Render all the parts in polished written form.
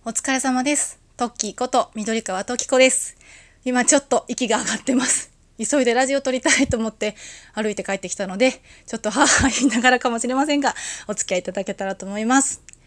お疲れ様です。トッキーこと緑川トキコです。今ちょっと息が上がってます。急いでラジオ撮りたいと思って歩いて帰ってきたので、ちょっとはぁはぁ言いながらかもしれませんが、お付き合いいただけたらと思います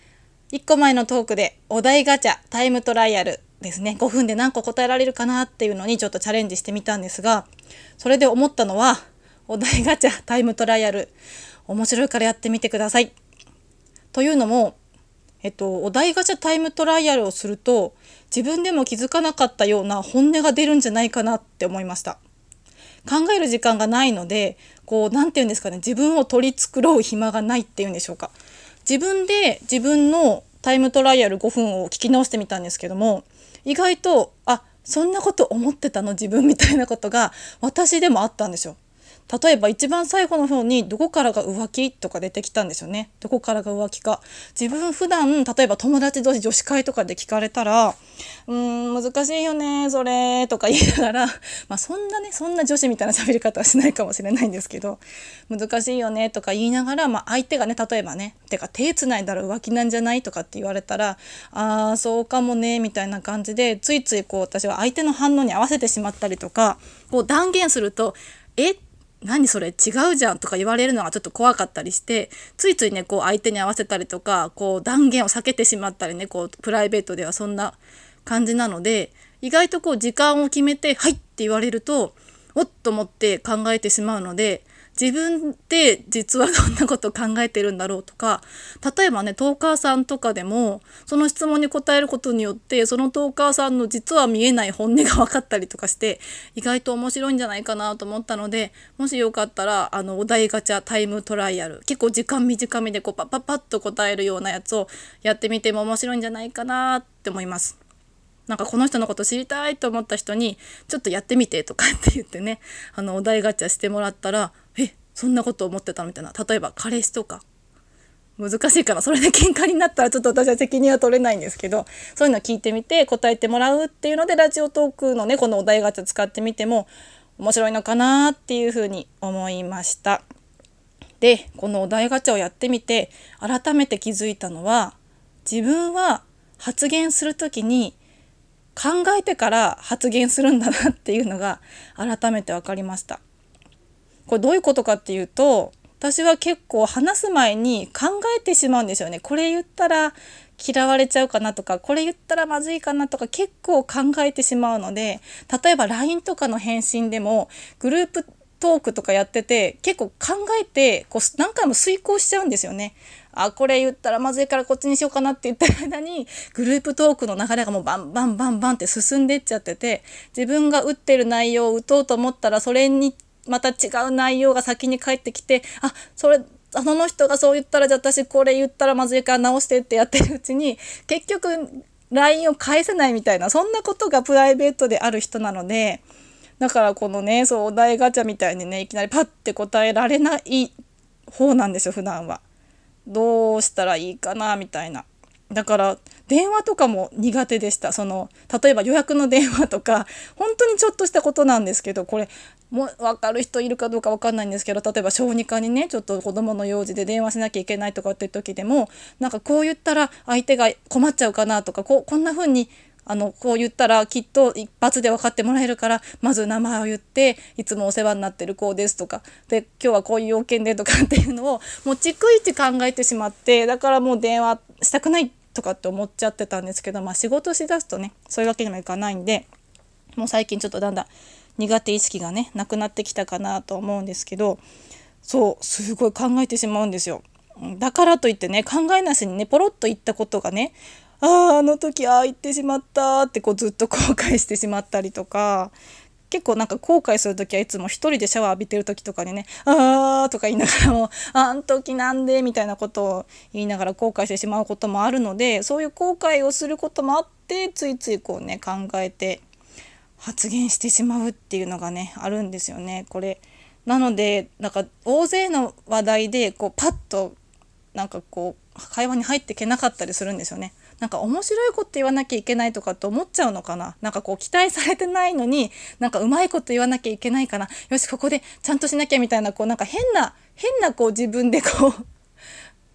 。1個前のトークでお題ガチャタイムトライアルですね。5分で何個答えられるかなっていうのにちょっとチャレンジしてみたんですが、それで思ったのは、お題ガチャタイムトライアル面白いからやってみてください。というのも、お題ガチャタイムトライアルをすると自分でも気づかなかったような本音が出るんじゃないかなって思いました。考える時間がないので、なんていうんですかね、自分を取り繕う暇がないっていうんでしょうか。自分で自分のタイムトライアル5分を聞き直してみたんですけども、意外とそんなこと思ってたの自分みたいなことが私でもあったんですよ。例えば一番最後の方にどこからが浮気とか出てきたんですよね。どこからが浮気か。自分普段例えば友達同士女子会とかで聞かれたら難しいよねそれとか言いながらそんな女子みたいな喋り方はしないかもしれないんですけど、難しいよねとか言いながら、相手がね、例えばね、手つないだら浮気なんじゃないとかって言われたらそうかもねみたいな感じで、ついつい私は相手の反応に合わせてしまったりとか、断言すると何それ違うじゃんとか言われるのがちょっと怖かったりして、ついついね相手に合わせたりとか断言を避けてしまったりね、プライベートではそんな感じなので、意外と時間を決めてはいって言われるとおっと思って考えてしまうので、自分で実はどんなことを考えてるんだろうとか、例えばねトーカーさんとかでもその質問に答えることによってそのトーカーさんの実は見えない本音が分かったりとかして、意外と面白いんじゃないかなと思ったので、もしよかったらお題ガチャタイムトライアル、結構時間短めでパッパッパッと答えるようなやつをやってみても面白いんじゃないかなって思います。この人のこと知りたいと思った人にちょっとやってみてとかって言ってね、お題ガチャしてもらったらそんなこと思ってたみたいな、例えば彼氏とか、難しいかな、それで喧嘩になったらちょっと私は責任は取れないんですけど、そういうの聞いてみて答えてもらうっていうので、ラジオトークのねこのお題ガチャ使ってみても面白いのかなっていうふうに思いました。でこのお題ガチャをやってみて改めて気づいたのは、自分は発言するときに考えてから発言するんだなっていうのが改めて分かりました。これどういうことかっていうと、私は結構話す前に考えてしまうんですよね。これ言ったら嫌われちゃうかなとか、これ言ったらまずいかなとか結構考えてしまうので、例えば LINE とかの返信でもグループトークとかやってて結構考えて何回も遂行しちゃうんですよね。これ言ったらまずいからこっちにしようかなって言ってる間にグループトークの流れがもうバンバンバンバンって進んでいっちゃってて、自分が打ってる内容を打とうと思ったらそれにまた違う内容が先に返ってきて、その人がそう言ったらじゃあ私これ言ったらまずいから直してってやってるうちに結局 LINE を返せないみたいな、そんなことがプライベートである人なので、だからこのねお題ガチャみたいにねいきなりパッて答えられない方なんですよ普段は。どうしたらいいかなみたいな。だから電話とかも苦手でした。例えば予約の電話とか本当にちょっとしたことなんですけど、これもう分かる人いるかどうか分かんないんですけど、例えば小児科にねちょっと子供の用事で電話しなきゃいけないとかっていう時でも、こう言ったら相手が困っちゃうかなとか、こんな風にこう言ったらきっと一発で分かってもらえるから、まず名前を言っていつもお世話になってる子ですとかで、今日はこういう要件でとかっていうのをもう逐一考えてしまって、だからもう電話したくないとかって思っちゃってたんですけど、仕事しだすとねそういうわけにもいかないんで、もう最近ちょっとだんだん苦手意識がねなくなってきたかなと思うんですけど、そうすごい考えてしまうんですよ。だからといってね考えなしにねポロッと言ったことがね、あの時言ってしまったってずっと後悔してしまったりとか、結構後悔する時はいつも一人でシャワー浴びてる時とかにねとか言いながらもあん時なんでみたいなことを言いながら後悔してしまうこともあるので、そういう後悔をすることもあってついつい考えて発言してしまうっていうのがねあるんですよね。これなので大勢の話題でパッと会話に入っていけなかったりするんですよね。面白いこと言わなきゃいけないとかって思っちゃうのかな。期待されてないのにうまいこと言わなきゃいけないかな、よしここでちゃんとしなきゃみたいな変な自分で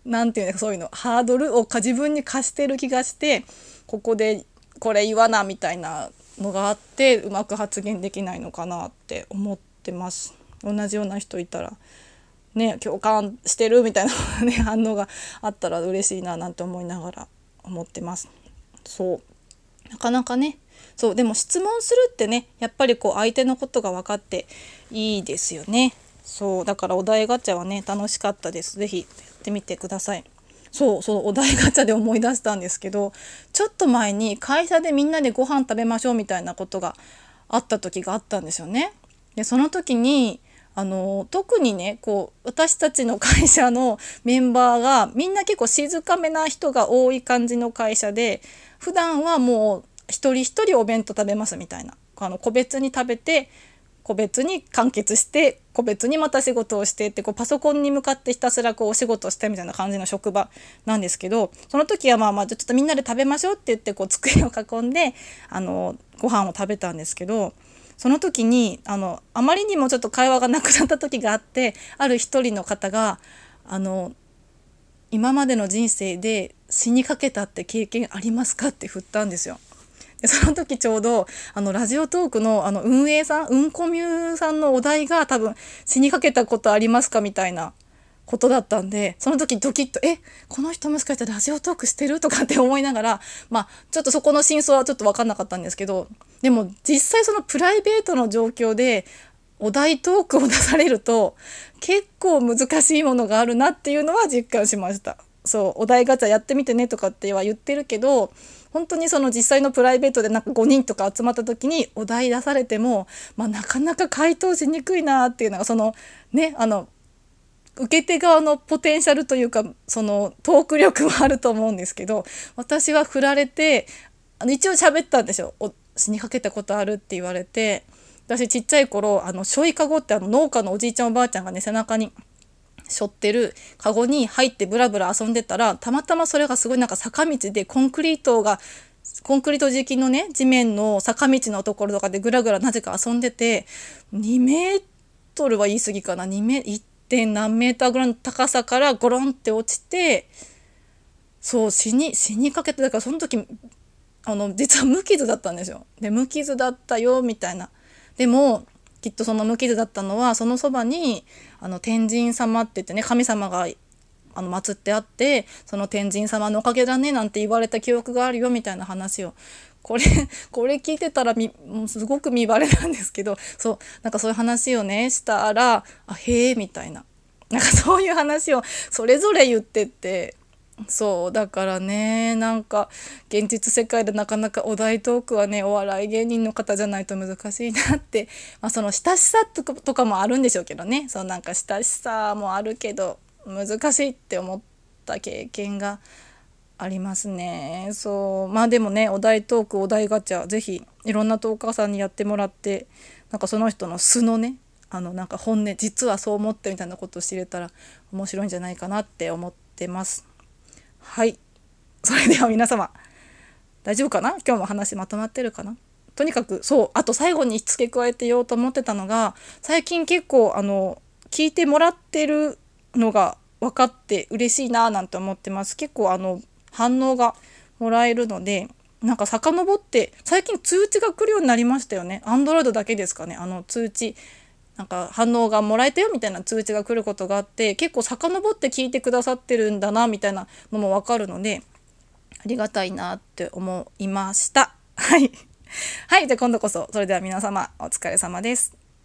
なんていうの、そういうのハードルを自分に課してる気がして、ここでこれ言わなみたいなのがあってうまく発言できないのかなって思ってます。同じような人いたらね、共感してるみたいなね反応があったら嬉しいななんて思いながら思ってます。そうなかなかね、そうでも質問するってね、やっぱりこう相手のことが分かっていいですよね。そうだからお題ガチャはね楽しかったです。ぜひやってみてください。そうお題ガチャで思い出したんですけど、ちょっと前に会社でみんなでご飯食べましょうみたいなことがあった時があったんですよね。でその時に特にねこう私たちの会社のメンバーがみんな結構静かめな人が多い感じの会社で、普段はもう一人一人お弁当食べますみたいな、個別に食べて個別に完結して個別にまた仕事をしてって、こうパソコンに向かってひたすらこうお仕事をしてみたいな感じの職場なんですけど、その時はまあちょっとみんなで食べましょうって言ってこう机を囲んでご飯を食べたんですけど、その時にあまりにもちょっと会話がなくなった時があって、ある一人の方が今までの人生で死にかけたって経験ありますかって振ったんですよ。でその時ちょうどラジオトークの運営さん、コミュさんのお題が多分死にかけたことありますかみたいなことだったんで、その時ドキッとこの人もしかしてラジオトークしてるとかって思いながら、ちょっとそこの真相はちょっと分かんなかったんですけど、でも実際そのプライベートの状況でお題トークを出されると結構難しいものがあるなっていうのは実感しました。そうお題ガチャやってみてねとかっては言ってるけど、本当にその実際のプライベートでなんか5人とか集まった時にお題出されても、なかなか回答しにくいなっていうのが、そのね受け手側のポテンシャルというかそのトーク力はあると思うんですけど、私は振られて一応喋ったんですよ。死にかけたことあるって言われて、私ちっちゃい頃しょいかごって農家のおじいちゃんおばあちゃんがね背中に背負ってるカゴに入ってブラブラ遊んでたら、たまたまそれがすごいなんか坂道でコンクリート敷きのね地面の坂道のところとかでぐらぐらなぜか遊んでて、2メートルは言い過ぎかな、1. 点何メーターぐらいの高さからゴロンって落ちて、そう死にかけて、だからその時実は無傷だったんですよ。で無傷だったよみたいな。でもきっとその無傷だったのはそのそばに天神様って言ってね、神様が祀ってあって、その天神様のおかげだねなんて言われた記憶があるよみたいな話を、これ聞いてたらもうすごく見バレなんですけど、なんかそういう話をねしたらへえみたいな、なんかそういう話をそれぞれ言ってって、そうだからね、なんか現実世界でなかなかお題トークはねお笑い芸人の方じゃないと難しいなって、その親しさとかもあるんでしょうけどね、なんか親しさもあるけど難しいって思った経験がありますね。でもねお題トークお題ガチャぜひいろんなトーカーさんにやってもらって、なんかその人の素のねなんか本音、実はそう思ってみたいなことを知れたら面白いんじゃないかなって思ってます。はい、それでは皆様大丈夫かな、今日も話まとまってるかな。とにかくあと最後に付け加えて言おうと思ってたのが、最近結構聞いてもらってるのが分かって嬉しいななんて思ってます。結構反応がもらえるので、なんか遡って最近通知が来るようになりましたよね。Android だけですかね、通知なんか反応がもらえたよみたいな通知が来ることがあって、結構遡って聞いてくださってるんだなみたいなのも分かるのでありがたいなって思いました。はいはい、じゃあ今度こそ。それでは皆様お疲れ様です。